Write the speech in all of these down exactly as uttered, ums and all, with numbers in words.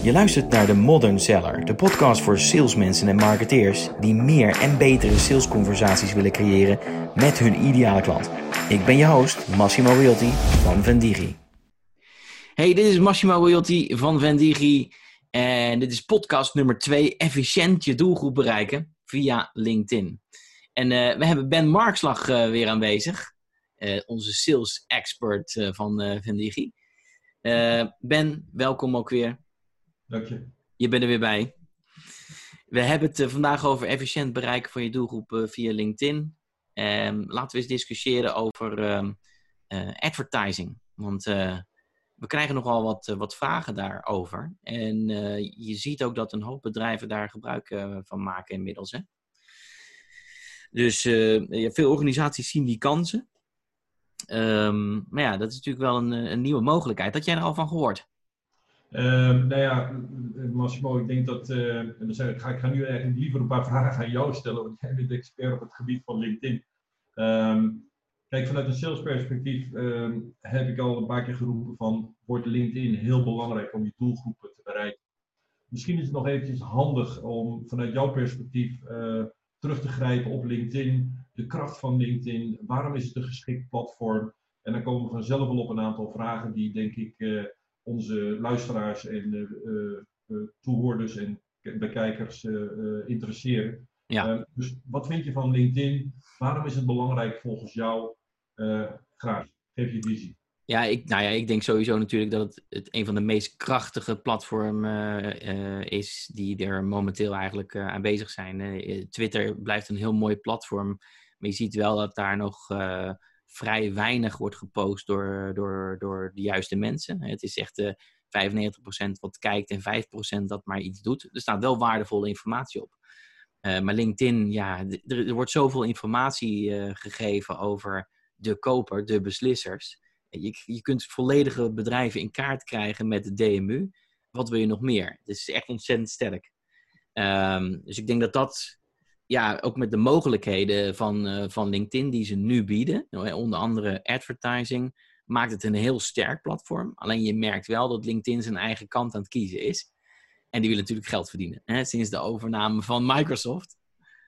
Je luistert naar de Modern Seller, de podcast voor salesmensen en marketeers die meer en betere salesconversaties willen creëren met hun ideale klant. Ik ben je host, Massimo Realty van Vendigi. Hey, dit is Massimo Realty van Vendigi en dit is podcast nummer twee, efficiënt je doelgroep bereiken via LinkedIn. En uh, we hebben Ben Markslag uh, weer aanwezig, uh, onze sales expert uh, van uh, Vendigi. Uh, Ben, welkom ook weer. Dank je. Je bent er weer bij. We hebben het uh, vandaag over efficiënt bereiken van je doelgroep uh, via LinkedIn. Um, laten we eens discussiëren over um, uh, advertising. Want uh, we krijgen nogal wat, uh, wat vragen daarover. En uh, je ziet ook dat een hoop bedrijven daar gebruik uh, van maken inmiddels. Hè? Dus uh, veel organisaties zien die kansen. Um, maar ja, dat is natuurlijk wel een, een nieuwe mogelijkheid. Had jij er al van gehoord? Uh, nou ja, Massimo, ik denk dat, uh, en dan zeg ik, ga, ik ga nu eigenlijk liever een paar vragen aan jou stellen, want jij bent expert op het gebied van LinkedIn. Um, kijk, vanuit een salesperspectief um, heb ik al een paar keer geroepen van, wordt LinkedIn heel belangrijk om je doelgroepen te bereiken. Misschien is het nog eventjes handig om vanuit jouw perspectief uh, terug te grijpen op LinkedIn, de kracht van LinkedIn, waarom is het een geschikt platform? En dan komen we vanzelf wel op een aantal vragen die, denk ik, uh, onze luisteraars en uh, uh, uh, toehoorders en bekijkers uh, uh, interesseren. Ja. Uh, dus wat vind je van LinkedIn? Waarom is het belangrijk volgens jou? Uh, graag, geef je visie. Ja, ik, nou ja, ik denk sowieso natuurlijk dat het, het een van de meest krachtige platformen uh, is die er momenteel eigenlijk uh, aanwezig zijn. Uh, Twitter blijft een heel mooi platform, maar je ziet wel dat daar nog uh, vrij weinig wordt gepost door, door, door de juiste mensen. Het is echt uh, vijfennegentig procent wat kijkt en vijf procent dat maar iets doet. Er staat wel waardevolle informatie op. Uh, maar LinkedIn, ja, d- er, er wordt zoveel informatie uh, gegeven over de koper, de beslissers. Je, je kunt volledige bedrijven in kaart krijgen met de D M U. Wat wil je nog meer? Het is echt ontzettend sterk. Um, dus ik denk dat dat, ja, ook met de mogelijkheden van, uh, van LinkedIn die ze nu bieden, onder andere advertising, maakt het een heel sterk platform. Alleen je merkt wel dat LinkedIn zijn eigen kant aan het kiezen is. En die willen natuurlijk geld verdienen. Hè? Sinds de overname van Microsoft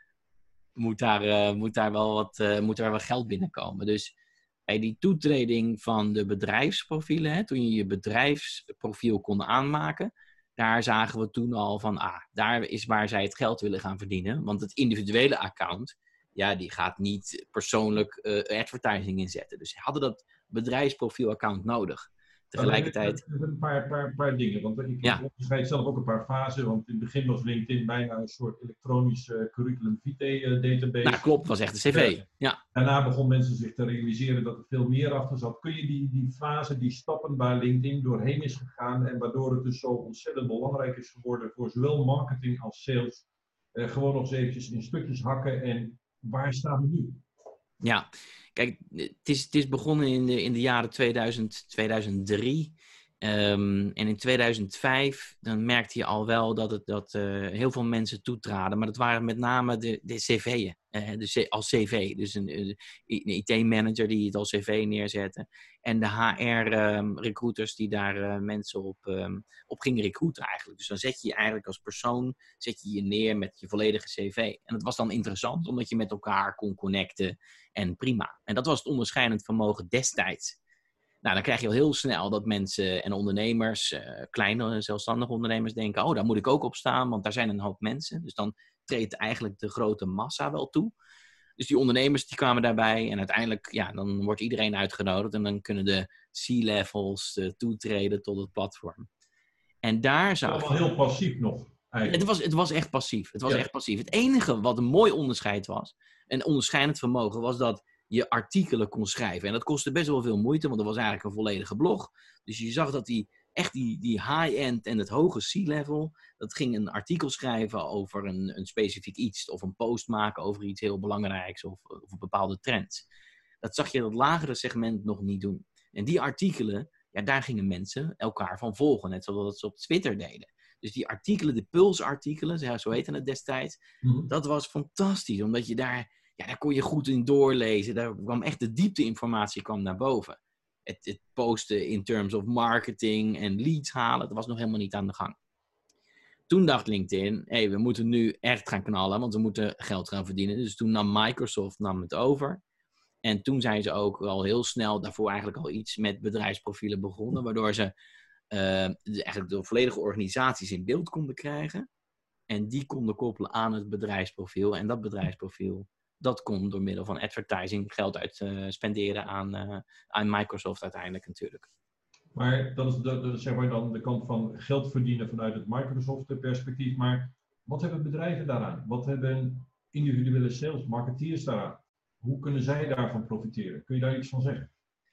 moet daar, uh, moet daar, wel, wat, uh, moet daar wel geld binnenkomen. Dus bij die toetreding van de bedrijfsprofielen, hè, toen je je bedrijfsprofiel kon aanmaken, daar zagen we toen al van, ah, daar is waar zij het geld willen gaan verdienen. Want het individuele account, ja, die gaat niet persoonlijk uh, advertising inzetten. Dus ze hadden dat bedrijfsprofiel-account nodig. Tegelijkertijd... Er zijn een paar, paar, paar dingen, want ik ja. onderscheid zelf ook een paar fasen, want in het begin was LinkedIn bijna een soort elektronische uh, curriculum vitae uh, database. Nou, klopt, was echt een cv. Uh, ja. Daarna begon mensen zich te realiseren dat er veel meer achter zat. Kun je die, die fase, die stappen waar LinkedIn doorheen is gegaan en waardoor het dus zo ontzettend belangrijk is geworden voor zowel marketing als sales, uh, gewoon nog eens eventjes in stukjes hakken en waar staan we nu? Ja, kijk, het is, het is begonnen in de, in de jaren tweeduizend, tweeduizend drie. Um, en in tweeduizend vijf, dan merkte je al wel dat, het, dat uh, heel veel mensen toetraden. Maar dat waren met name de, de cv'en, uh, de C, als cv. Dus een, een I T-manager die het als cv neerzette. En de H R-recruiters um, die daar uh, mensen op, um, op gingen recruiten eigenlijk. Dus dan zet je je eigenlijk als persoon, zet je je neer met je volledige cv. En dat was dan interessant, omdat je met elkaar kon connecten. En prima. En dat was het onderscheidend vermogen destijds. Nou, dan krijg je al heel snel dat mensen en ondernemers, uh, kleine zelfstandige ondernemers denken, oh, daar moet ik ook op staan, want daar zijn een hoop mensen. Dus dan treedt eigenlijk de grote massa wel toe. Dus die ondernemers die kwamen daarbij en uiteindelijk, ja, dan wordt iedereen uitgenodigd en dan kunnen de C-levels uh, toetreden tot het platform. En daar zag je... Allemaal heel passief nog. Het was, het was echt passief. Het was ja. echt passief. Het enige wat een mooi onderscheid was, een onderscheidend vermogen, was dat je artikelen kon schrijven. En dat kostte best wel veel moeite, want dat was eigenlijk een volledige blog. Dus je zag dat die echt die, die high-end en het hoge C-level, dat ging een artikel schrijven over een, een specifiek iets, of een post maken over iets heel belangrijks, of, of een bepaalde trend. Dat zag je dat lagere segment nog niet doen. En die artikelen, ja, daar gingen mensen elkaar van volgen, net zoals ze op Twitter deden. Dus die artikelen, de pulsartikelen, zo heette het destijds, mm-hmm. dat was fantastisch, omdat je daar... Ja, daar kon je goed in doorlezen. Daar kwam echt de diepte-informatie kwam naar boven. Het, het posten in terms of marketing en leads halen, dat was nog helemaal niet aan de gang. Toen dacht LinkedIn, hé, hey, we moeten nu echt gaan knallen, want we moeten geld gaan verdienen. Dus toen nam Microsoft nam het over. En toen zijn ze ook al heel snel daarvoor eigenlijk al iets met bedrijfsprofielen begonnen, waardoor ze uh, eigenlijk de volledige organisaties in beeld konden krijgen. En die konden koppelen aan het bedrijfsprofiel. En dat bedrijfsprofiel, dat kon door middel van advertising geld uit uh, spenderen aan, uh, aan Microsoft uiteindelijk natuurlijk. Maar dat is, de, dat is zeg maar dan de kant van geld verdienen vanuit het Microsoft-perspectief. Maar wat hebben bedrijven daaraan? Wat hebben individuele sales, marketeers daaraan? Hoe kunnen zij daarvan profiteren? Kun je daar iets van zeggen?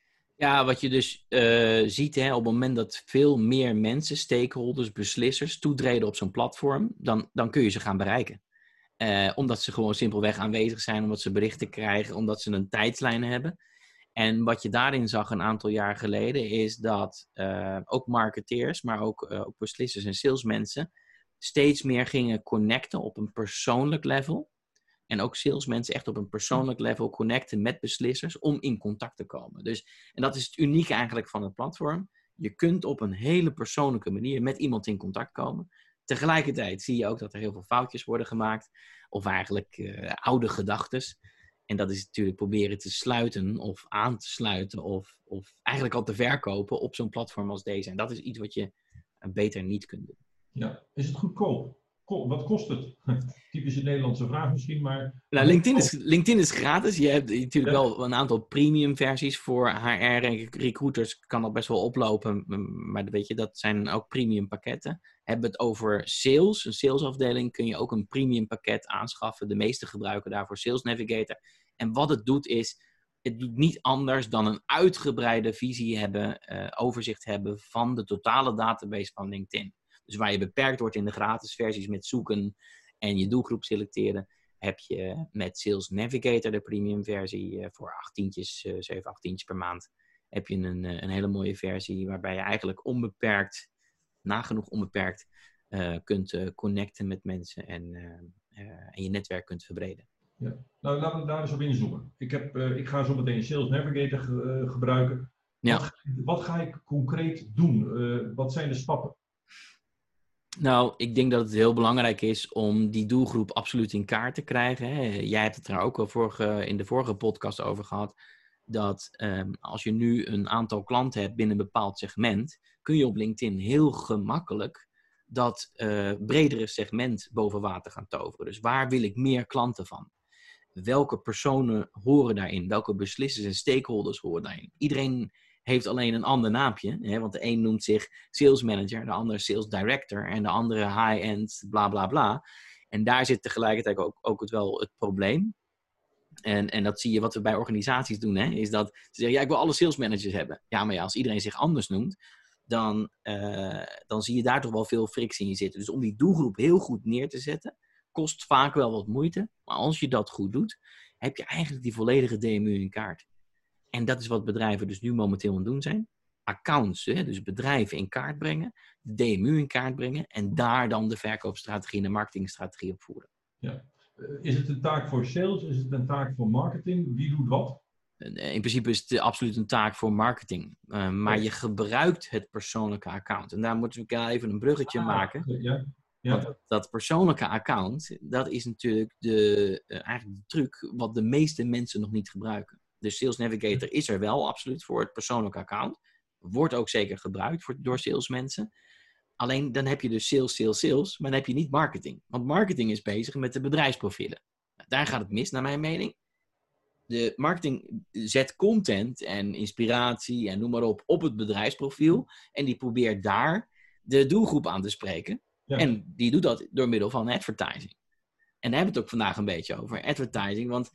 Ja, wat je dus uh, ziet, hè, op het moment dat veel meer mensen, stakeholders, beslissers, toetreden op zo'n platform, dan, dan kun je ze gaan bereiken. Uh, omdat ze gewoon simpelweg aanwezig zijn, omdat ze berichten krijgen, omdat ze een tijdslijn hebben. En wat je daarin zag een aantal jaar geleden, is dat uh, ook marketeers, maar ook, uh, ook beslissers en salesmensen steeds meer gingen connecten op een persoonlijk level. En ook salesmensen echt op een persoonlijk level connecten met beslissers om in contact te komen. Dus, en dat is het unieke eigenlijk van het platform. Je kunt op een hele persoonlijke manier met iemand in contact komen. Tegelijkertijd zie je ook dat er heel veel foutjes worden gemaakt. Of eigenlijk uh, oude gedachtes. En dat is natuurlijk proberen te sluiten of aan te sluiten. Of, of eigenlijk al te verkopen op zo'n platform als deze. En dat is iets wat je beter niet kunt doen. Ja, is het goedkoop? Wat kost het? Typische Nederlandse vraag misschien, maar... Nou, LinkedIn is, LinkedIn is gratis. Je hebt natuurlijk ja. wel een aantal premium versies voor H R en recruiters. Kan dat best wel oplopen, maar weet je, dat zijn ook premium pakketten. Hebben we het over sales, een salesafdeling, kun je ook een premium pakket aanschaffen. De meeste gebruiken daarvoor Sales Navigator. En wat het doet is, het doet niet anders dan een uitgebreide visie hebben, uh, overzicht hebben van de totale database van LinkedIn. Dus waar je beperkt wordt in de gratis versies met zoeken en je doelgroep selecteren, heb je met Sales Navigator, de premium versie, voor achttientjes, zeven, achttientjes per maand, heb je een, een hele mooie versie waarbij je eigenlijk onbeperkt, nagenoeg onbeperkt, uh, kunt uh, connecten met mensen en, uh, uh, en je netwerk kunt verbreden. Ja. Nou, laten we daar eens op inzoomen. Ik, heb, uh, ik ga zo meteen Sales Navigator ge, uh, gebruiken. Ja. Wat, wat ga ik concreet doen? Uh, wat zijn de stappen? Nou, ik denk dat het heel belangrijk is om die doelgroep absoluut in kaart te krijgen. Hè. Jij hebt het er ook al vorige, in de vorige podcast over gehad. Dat um, als je nu een aantal klanten hebt binnen een bepaald segment, kun je op LinkedIn heel gemakkelijk dat uh, bredere segment boven water gaan toveren. Dus waar wil ik meer klanten van? Welke personen horen daarin? Welke beslissers en stakeholders horen daarin? Iedereen heeft alleen een ander naampje. Hè? Want de een noemt zich sales manager, de ander sales director en de andere high-end bla bla bla. En daar zit tegelijkertijd ook, ook het wel het probleem. En, en dat zie je wat we bij organisaties doen, hè? Is dat ze zeggen, ja, ik wil alle sales managers hebben. Ja, maar ja, als iedereen zich anders noemt, dan, uh, dan zie je daar toch wel veel frictie in zitten. Dus om die doelgroep heel goed neer te zetten, kost vaak wel wat moeite. Maar als je dat goed doet, heb je eigenlijk die volledige D M U in kaart. En dat is wat bedrijven dus nu momenteel aan het doen zijn. Accounts, hè, dus bedrijven in kaart brengen, de D M U in kaart brengen en daar dan de verkoopstrategie en de marketingstrategie op voeren. Ja. Is het een taak voor sales? Is het een taak voor marketing? Wie doet wat? In principe is het absoluut een taak voor marketing. Uh, maar je gebruikt het persoonlijke account. En daar moeten we even een bruggetje ah, maken. Ja. Ja. Want dat, dat persoonlijke account, dat is natuurlijk de, uh, eigenlijk de truc wat de meeste mensen nog niet gebruiken. Dus Sales Navigator is er wel absoluut voor het persoonlijke account. Wordt ook zeker gebruikt voor, door salesmensen. Alleen dan heb je dus sales, sales, sales, maar dan heb je niet marketing. Want marketing is bezig met de bedrijfsprofielen. Daar gaat het mis, naar mijn mening. De marketing zet content en inspiratie en noem maar op op het bedrijfsprofiel. En die probeert daar de doelgroep aan te spreken. Ja. En die doet dat door middel van advertising. En daar hebben we het ook vandaag een beetje over. Advertising, want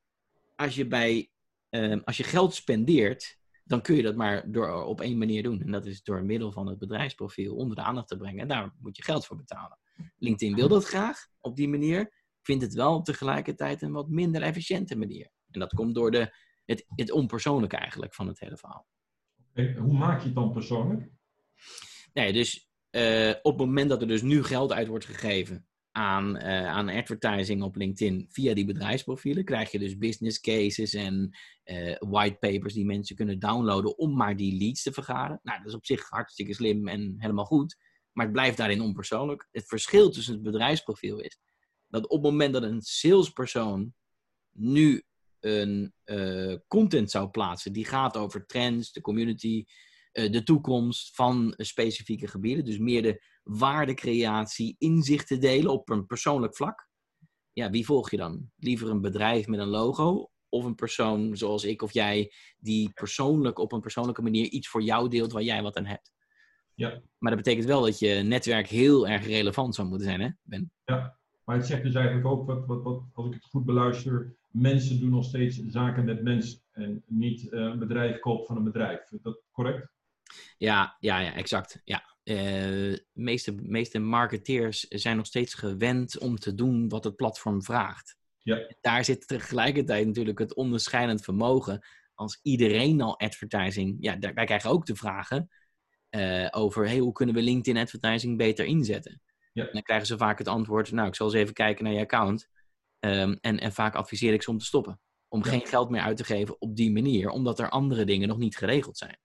als je, bij, uh, als je geld spendeert, dan kun je dat maar door, op één manier doen. En dat is door middel van het bedrijfsprofiel onder de aandacht te brengen. En daar moet je geld voor betalen. LinkedIn wil dat graag op die manier. Vindt het wel tegelijkertijd een wat minder efficiënte manier. En dat komt door de, het, het onpersoonlijke eigenlijk van het hele verhaal. Okay, hoe maak je het dan persoonlijk? Nee, dus uh, op het moment dat er dus nu geld uit wordt gegeven aan, uh, aan advertising op LinkedIn via die bedrijfsprofielen, krijg je dus business cases en uh, whitepapers die mensen kunnen downloaden om maar die leads te vergaren. Nou, dat is op zich hartstikke slim en helemaal goed. maar het blijft daarin onpersoonlijk. Het verschil tussen het bedrijfsprofiel is dat op het moment dat een salespersoon nu een uh, content zou plaatsen die gaat over trends, de community, uh, de toekomst van uh, specifieke gebieden, dus meer de waardecreatie, inzichten delen op een persoonlijk vlak. Ja, wie volg je dan? Liever een bedrijf met een logo of een persoon zoals ik of jij die persoonlijk op een persoonlijke manier iets voor jou deelt waar jij wat aan hebt. Ja. Maar dat betekent wel dat je netwerk heel erg relevant zou moeten zijn, hè, Ben? Ja, maar het zegt dus eigenlijk ook, wat, wat, wat, als ik het goed beluister, mensen doen nog steeds zaken met mensen en niet uh, een bedrijf koopt van een bedrijf. Is dat correct? Ja, ja, ja, exact. Ja. Uh, meeste, meeste marketeers zijn nog steeds gewend om te doen wat het platform vraagt. Ja. Daar zit tegelijkertijd natuurlijk het onderscheidend vermogen. Als iedereen al advertising... Ja, daar, wij krijgen ook de vragen uh, over... Hey, hoe kunnen we LinkedIn advertising beter inzetten? Ja. En dan krijgen ze vaak het antwoord... Nou, ik zal eens even kijken naar je account. Um, en, en vaak adviseer ik ze om te stoppen. Om ja. geen geld meer uit te geven op die manier. Omdat er andere dingen nog niet geregeld zijn.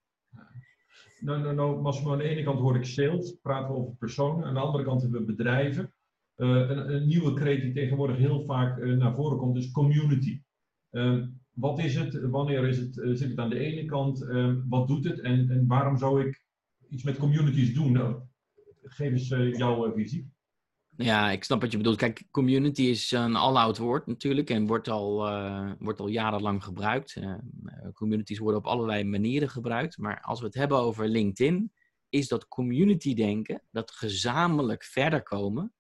Nou, nou, nou Massimo, aan de ene kant hoor ik sales, praten we over personen. Aan de andere kant hebben we bedrijven. Uh, een, een nieuwe kreet die tegenwoordig heel vaak uh, naar voren komt, is community. Uh, wat is het? Wanneer is het, uh, zit het aan de ene kant? Uh, wat doet het? En, en waarom zou ik iets met communities doen? Nou, geef eens uh, jouw uh, visie. Ja, ik snap wat je bedoelt. Kijk, community is een all-out woord natuurlijk en wordt al, uh, wordt al jarenlang gebruikt. Uh, communities worden op allerlei manieren gebruikt. Maar als we het hebben over LinkedIn, is dat community denken, dat gezamenlijk verder komen,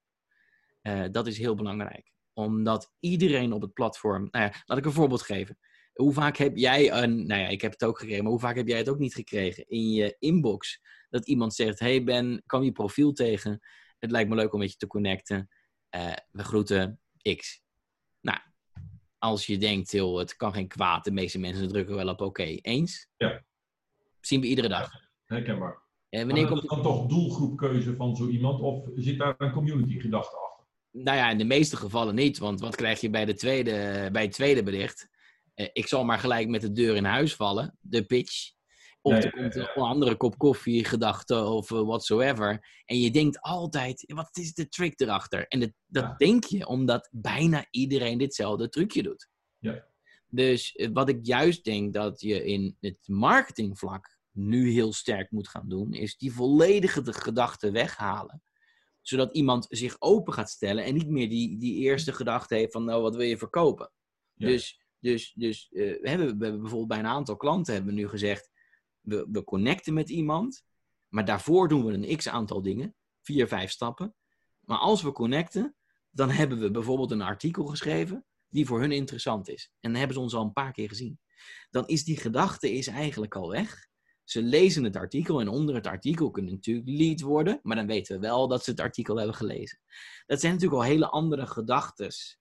uh, dat is heel belangrijk. Omdat iedereen op het platform... Nou ja, laat ik een voorbeeld geven. Hoe vaak heb jij een... Nou ja, ik heb het ook gekregen, maar hoe vaak heb jij het ook niet gekregen in je inbox? Dat iemand zegt, hey Ben, kwam je profiel tegen... Het lijkt me leuk om met je te connecten. Uh, we groeten X. Nou, als je denkt, joh, het kan geen kwaad. De meeste mensen drukken wel op oké. Okay. Eens? Ja. Zien we iedere dag. Ja, herkenbaar. En wanneer maar komt is dat dan toch doelgroepkeuze van zo iemand? Of zit daar een community gedachte achter? Nou ja, in de meeste gevallen niet. Want wat krijg je bij, de tweede, bij het tweede bericht? Uh, ik zal maar gelijk met de deur in huis vallen. De pitch. Of ja, er komt ja, ja. een andere kop koffie, gedachte of uh, whatsoever. En je denkt altijd, wat is de trick erachter? En dat, dat ja. denk je omdat bijna iedereen ditzelfde trucje doet. Ja. Dus uh, wat ik juist denk dat je in het marketingvlak nu heel sterk moet gaan doen, is die volledige de gedachte weghalen. Zodat iemand zich open gaat stellen en niet meer die, die eerste gedachte heeft van, nou, wat wil je verkopen? Ja. Dus, dus, dus uh, we, hebben, we hebben bijvoorbeeld bij een aantal klanten hebben we nu gezegd, We, we connecten met iemand, maar daarvoor doen we een x-aantal dingen, vier, vijf stappen. Maar als we connecten, dan hebben we bijvoorbeeld een artikel geschreven die voor hun interessant is. En dan hebben ze ons al een paar keer gezien. Dan is die gedachte is eigenlijk al weg. Ze lezen het artikel en onder het artikel kunnen natuurlijk lead worden, maar dan weten we wel dat ze het artikel hebben gelezen. Dat zijn natuurlijk al hele andere gedachtes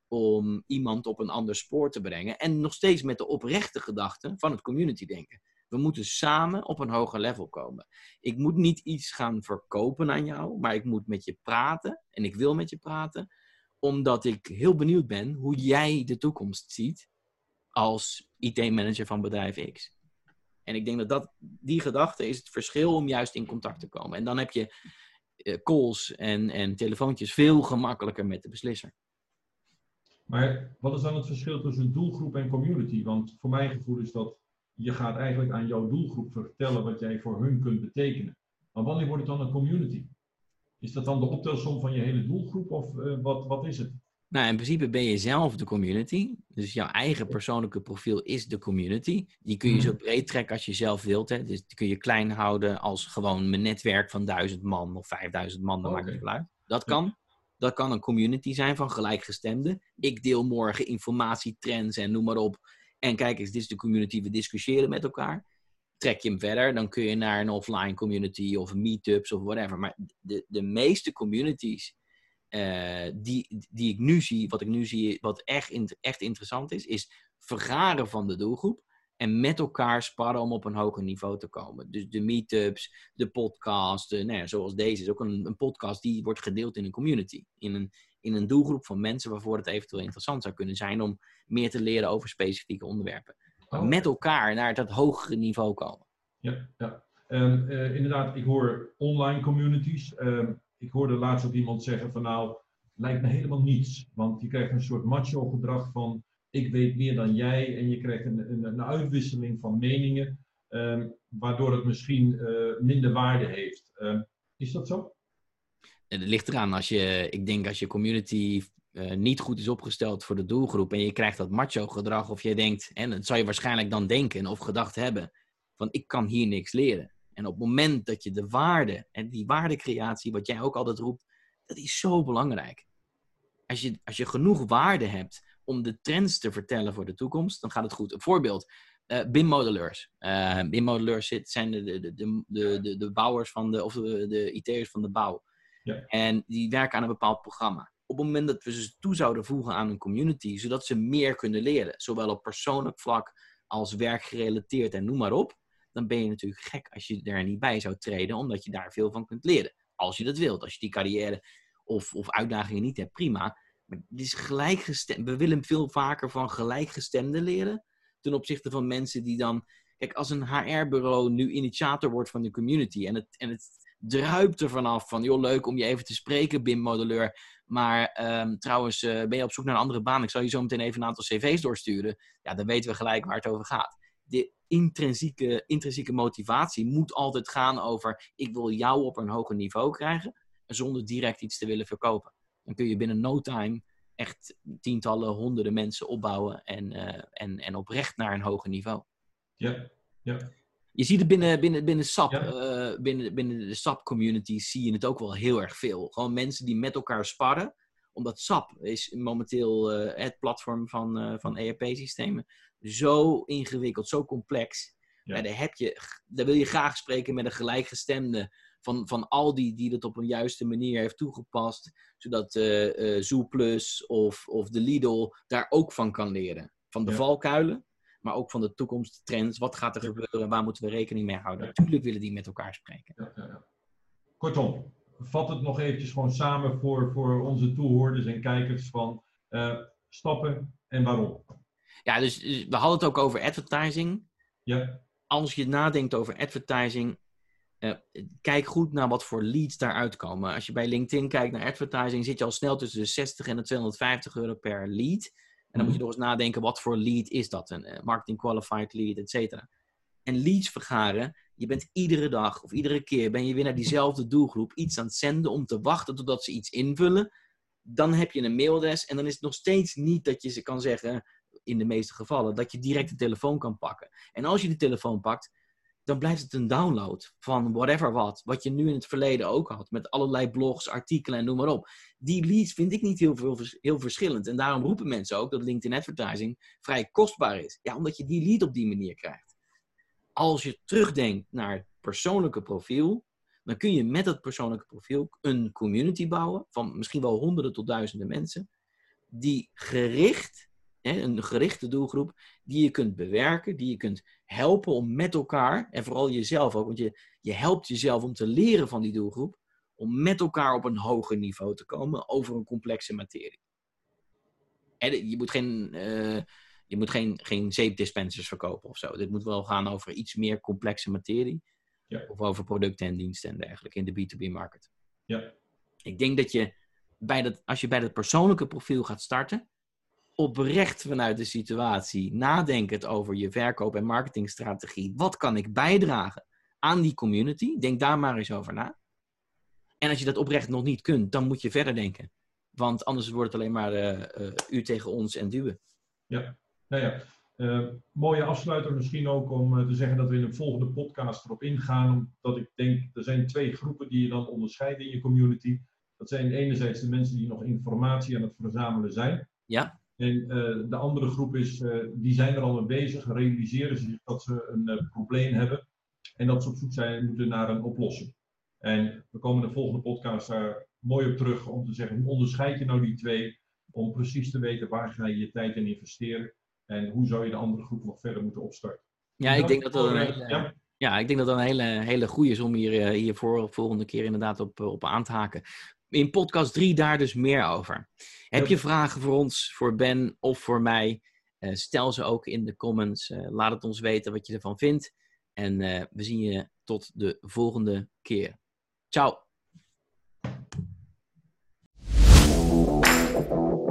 om iemand op een ander spoor te brengen en nog steeds met de oprechte gedachte van het community denken. We moeten samen op een hoger level komen. Ik moet niet iets gaan verkopen aan jou, maar ik moet met je praten. En ik wil met je praten, omdat ik heel benieuwd ben hoe jij de toekomst ziet als I T-manager van bedrijf X. En ik denk dat, dat die gedachte is het verschil om juist in contact te komen. En dan heb je uh, calls en, en telefoontjes veel gemakkelijker met de beslisser. Maar wat is dan het verschil tussen doelgroep en community? Want voor mijn gevoel is dat je gaat eigenlijk aan jouw doelgroep vertellen wat jij voor hun kunt betekenen. Maar wanneer wordt het dan een community? Is dat dan de optelsom van je hele doelgroep of uh, wat, wat is het? Nou, in principe ben je zelf de community. Dus jouw eigen persoonlijke profiel is de community. Die kun je zo breed trekken als je zelf wilt. Hè. Dus die kun je klein houden als gewoon mijn netwerk van duizend man of vijfduizend man. Dat okay. maakt niet veel uit. Dat kan. Dat kan een community zijn van gelijkgestemden. Ik deel morgen informatie, trends en noem maar op. En kijk eens, dit is de community, we discussiëren met elkaar. Trek je hem verder, dan kun je naar een offline community of meetups of whatever. Maar de, de meeste communities uh, die, die ik nu zie, wat ik nu zie, wat echt, echt interessant is, is vergaren van de doelgroep en met elkaar sparren om op een hoger niveau te komen. Dus de meetups, de podcast, de, nou ja, zoals deze is ook een, een podcast die wordt gedeeld in een community. In een, in een doelgroep van mensen waarvoor het eventueel interessant zou kunnen zijn om meer te leren over specifieke onderwerpen. Maar oh. met elkaar naar dat hogere niveau komen. Ja, ja. Um, uh, inderdaad, ik hoor online communities. Um, ik hoorde laatst ook iemand zeggen van nou, lijkt me helemaal niets. Want je krijgt een soort macho gedrag van ik weet meer dan jij. En je krijgt een, een, een uitwisseling van meningen. Um, waardoor het misschien uh, minder waarde heeft. Um, is dat zo? Het ligt eraan. Als je, ik denk als je community uh, niet goed is opgesteld voor de doelgroep en je krijgt dat macho gedrag of je denkt, en dat zou je waarschijnlijk dan denken of gedacht hebben, van ik kan hier niks leren. En op het moment dat je de waarde, en die waardecreatie, wat jij ook altijd roept, dat is zo belangrijk. Als je, als je genoeg waarde hebt om de trends te vertellen voor de toekomst, dan gaat het goed. Een voorbeeld, uh, B I M-modelleurs. Uh, B I M-modelleurs zijn de, de, de, de, de, de bouwers van de, of de, de I T'ers van de bouw. Ja. En die werken aan een bepaald programma. Op het moment dat we ze toe zouden voegen aan een community, zodat ze meer kunnen leren, zowel op persoonlijk vlak als werkgerelateerd en noem maar op, dan ben je natuurlijk gek als je er niet bij zou treden, omdat je daar veel van kunt leren. Als je dat wilt. Als je die carrière of, of uitdagingen niet hebt, prima. Maar het is gelijkgestemd. We willen veel vaker van gelijkgestemden leren, ten opzichte van mensen die dan... Kijk, als een H R-bureau nu initiator wordt van de community en het, en het druipt er vanaf van, joh, leuk om je even te spreken, B I M-modelleur, maar um, trouwens, uh, ben je op zoek naar een andere baan? Ik zal je zo meteen even een aantal cv's doorsturen. Ja, dan weten we gelijk waar het over gaat. De intrinsieke, intrinsieke motivatie moet altijd gaan over, ik wil jou op een hoger niveau krijgen, zonder direct iets te willen verkopen. Dan kun je binnen no time echt tientallen, honderden mensen opbouwen en, uh, en, en oprecht naar een hoger niveau. Ja, ja. Je ziet het binnen, binnen, binnen S A P, Ja. uh, binnen, binnen de S A P-community zie je het ook wel heel erg veel. Gewoon mensen die met elkaar sparren. Omdat S A P is momenteel uh, het platform van, uh, van E R P-systemen. Zo ingewikkeld, zo complex. Ja. Ja, daar, heb je, daar wil je graag spreken met een gelijkgestemde van, van Aldi die dat op een juiste manier heeft toegepast. Zodat uh, uh, Zooplus of, of de Lidl daar ook van kan leren. Van de ja. valkuilen. Maar ook van de toekomsttrends. Wat gaat er ja. gebeuren? Waar moeten we rekening mee houden? Natuurlijk willen die met elkaar spreken. Ja, ja, ja. Kortom, vat het nog eventjes gewoon samen voor, voor onze toehoorders en kijkers van uh, stappen en waarom. Ja, dus, dus we hadden het ook over advertising. Ja. Als je nadenkt over advertising, uh, kijk goed naar wat voor leads daaruit komen. Als je bij LinkedIn kijkt naar advertising, zit je al snel tussen de zestig en de tweehonderdvijftig euro per lead. En dan moet je nog eens nadenken, wat voor lead is dat? Een uh, marketing qualified lead, et cetera. En leads vergaren, je bent iedere dag of iedere keer ben je weer naar diezelfde doelgroep iets aan het zenden om te wachten totdat ze iets invullen. Dan heb je een mailadres en dan is het nog steeds niet dat je ze kan zeggen, in de meeste gevallen, dat je direct de telefoon kan pakken. En als je de telefoon pakt, dan blijft het een download van whatever wat. Wat je nu in het verleden ook had. Met allerlei blogs, artikelen en noem maar op. Die leads vind ik niet heel, veel, heel verschillend. En daarom roepen mensen ook dat LinkedIn advertising vrij kostbaar is. Ja, omdat je die lead op die manier krijgt. Als je terugdenkt naar het persoonlijke profiel, dan kun je met dat persoonlijke profiel een community bouwen. Van misschien wel honderden tot duizenden mensen. Die gericht... een gerichte doelgroep die je kunt bewerken, die je kunt helpen om met elkaar, en vooral jezelf ook, want je, je helpt jezelf om te leren van die doelgroep, om met elkaar op een hoger niveau te komen over een complexe materie. En je moet geen, uh, je moet geen, geen zeepdispensers verkopen of zo. Dit moet wel gaan over iets meer complexe materie, ja. Of over producten en diensten en dergelijke in de B twee B market. Ja. Ik denk dat je, bij dat, als je bij dat persoonlijke profiel gaat starten, oprecht vanuit de situatie, nadenkend over je verkoop- en marketingstrategie. Wat kan ik bijdragen aan die community? Denk daar maar eens over na. En als je dat oprecht nog niet kunt, dan moet je verder denken. Want anders wordt het alleen maar uh, uh, u tegen ons en duwen. Ja, nou ja. Uh, mooie afsluiter misschien ook om uh, te zeggen dat we in een volgende podcast erop ingaan. Omdat ik denk, er zijn twee groepen die je dan onderscheidt in je community. Dat zijn enerzijds de mensen die nog informatie aan het verzamelen zijn. Ja. En uh, de andere groep is, uh, die zijn er al mee bezig, realiseren zich dat ze een uh, probleem hebben en dat ze op zoek zijn moeten naar een oplossing. En we komen in de volgende podcast daar mooi op terug om te zeggen, hoe onderscheid je nou die twee, om precies te weten waar ga je je tijd in investeren en hoe zou je de andere groep nog verder moeten opstarten. Ja, ik denk dat dat een hele, ja. Ja, ik denk dat dat een hele, hele goede is om hier, hier voor volgende keer inderdaad op, op aan te haken. In podcast drie daar dus meer over. Heb je vragen voor ons, voor Ben of voor mij? Uh, stel ze ook in de comments. Uh, laat het ons weten wat je ervan vindt. En uh, we zien je tot de volgende keer. Ciao!